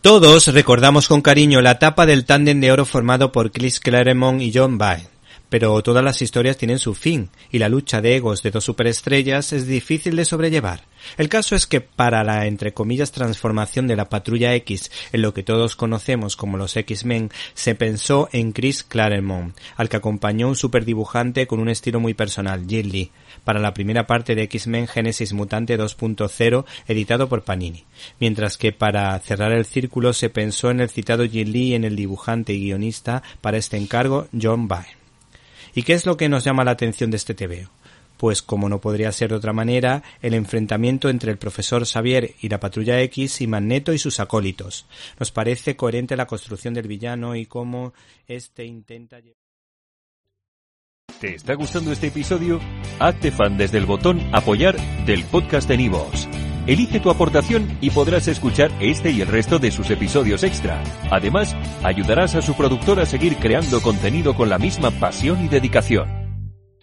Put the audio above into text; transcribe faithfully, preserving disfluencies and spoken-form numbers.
Todos recordamos con cariño la etapa del tándem de oro formado por Chris Claremont y John Byrne. Pero todas las historias tienen su fin, y la lucha de egos de dos superestrellas es difícil de sobrellevar. El caso es que para la, entre comillas, transformación de la Patrulla X en lo que todos conocemos como los X-Men, se pensó en Chris Claremont, al que acompañó un superdibujante con un estilo muy personal, Jim Lee, para la primera parte de X-Men Genesis Mutante dos punto cero, editado por Panini. Mientras que para cerrar el círculo se pensó en el citado Jim Lee y en el dibujante y guionista para este encargo, John Byrne. ¿Y qué es lo que nos llama la atención de este tebeo? Pues como no podría ser de otra manera, el enfrentamiento entre el profesor Xavier y la Patrulla X y Magneto y sus acólitos. Nos parece coherente la construcción del villano y cómo este intenta... ¿Te está gustando este episodio? Hazte fan desde el botón Apoyar del podcast de Nivos. Elige tu aportación y podrás escuchar este y el resto de sus episodios extra. Además, ayudarás a su productor a seguir creando contenido con la misma pasión y dedicación.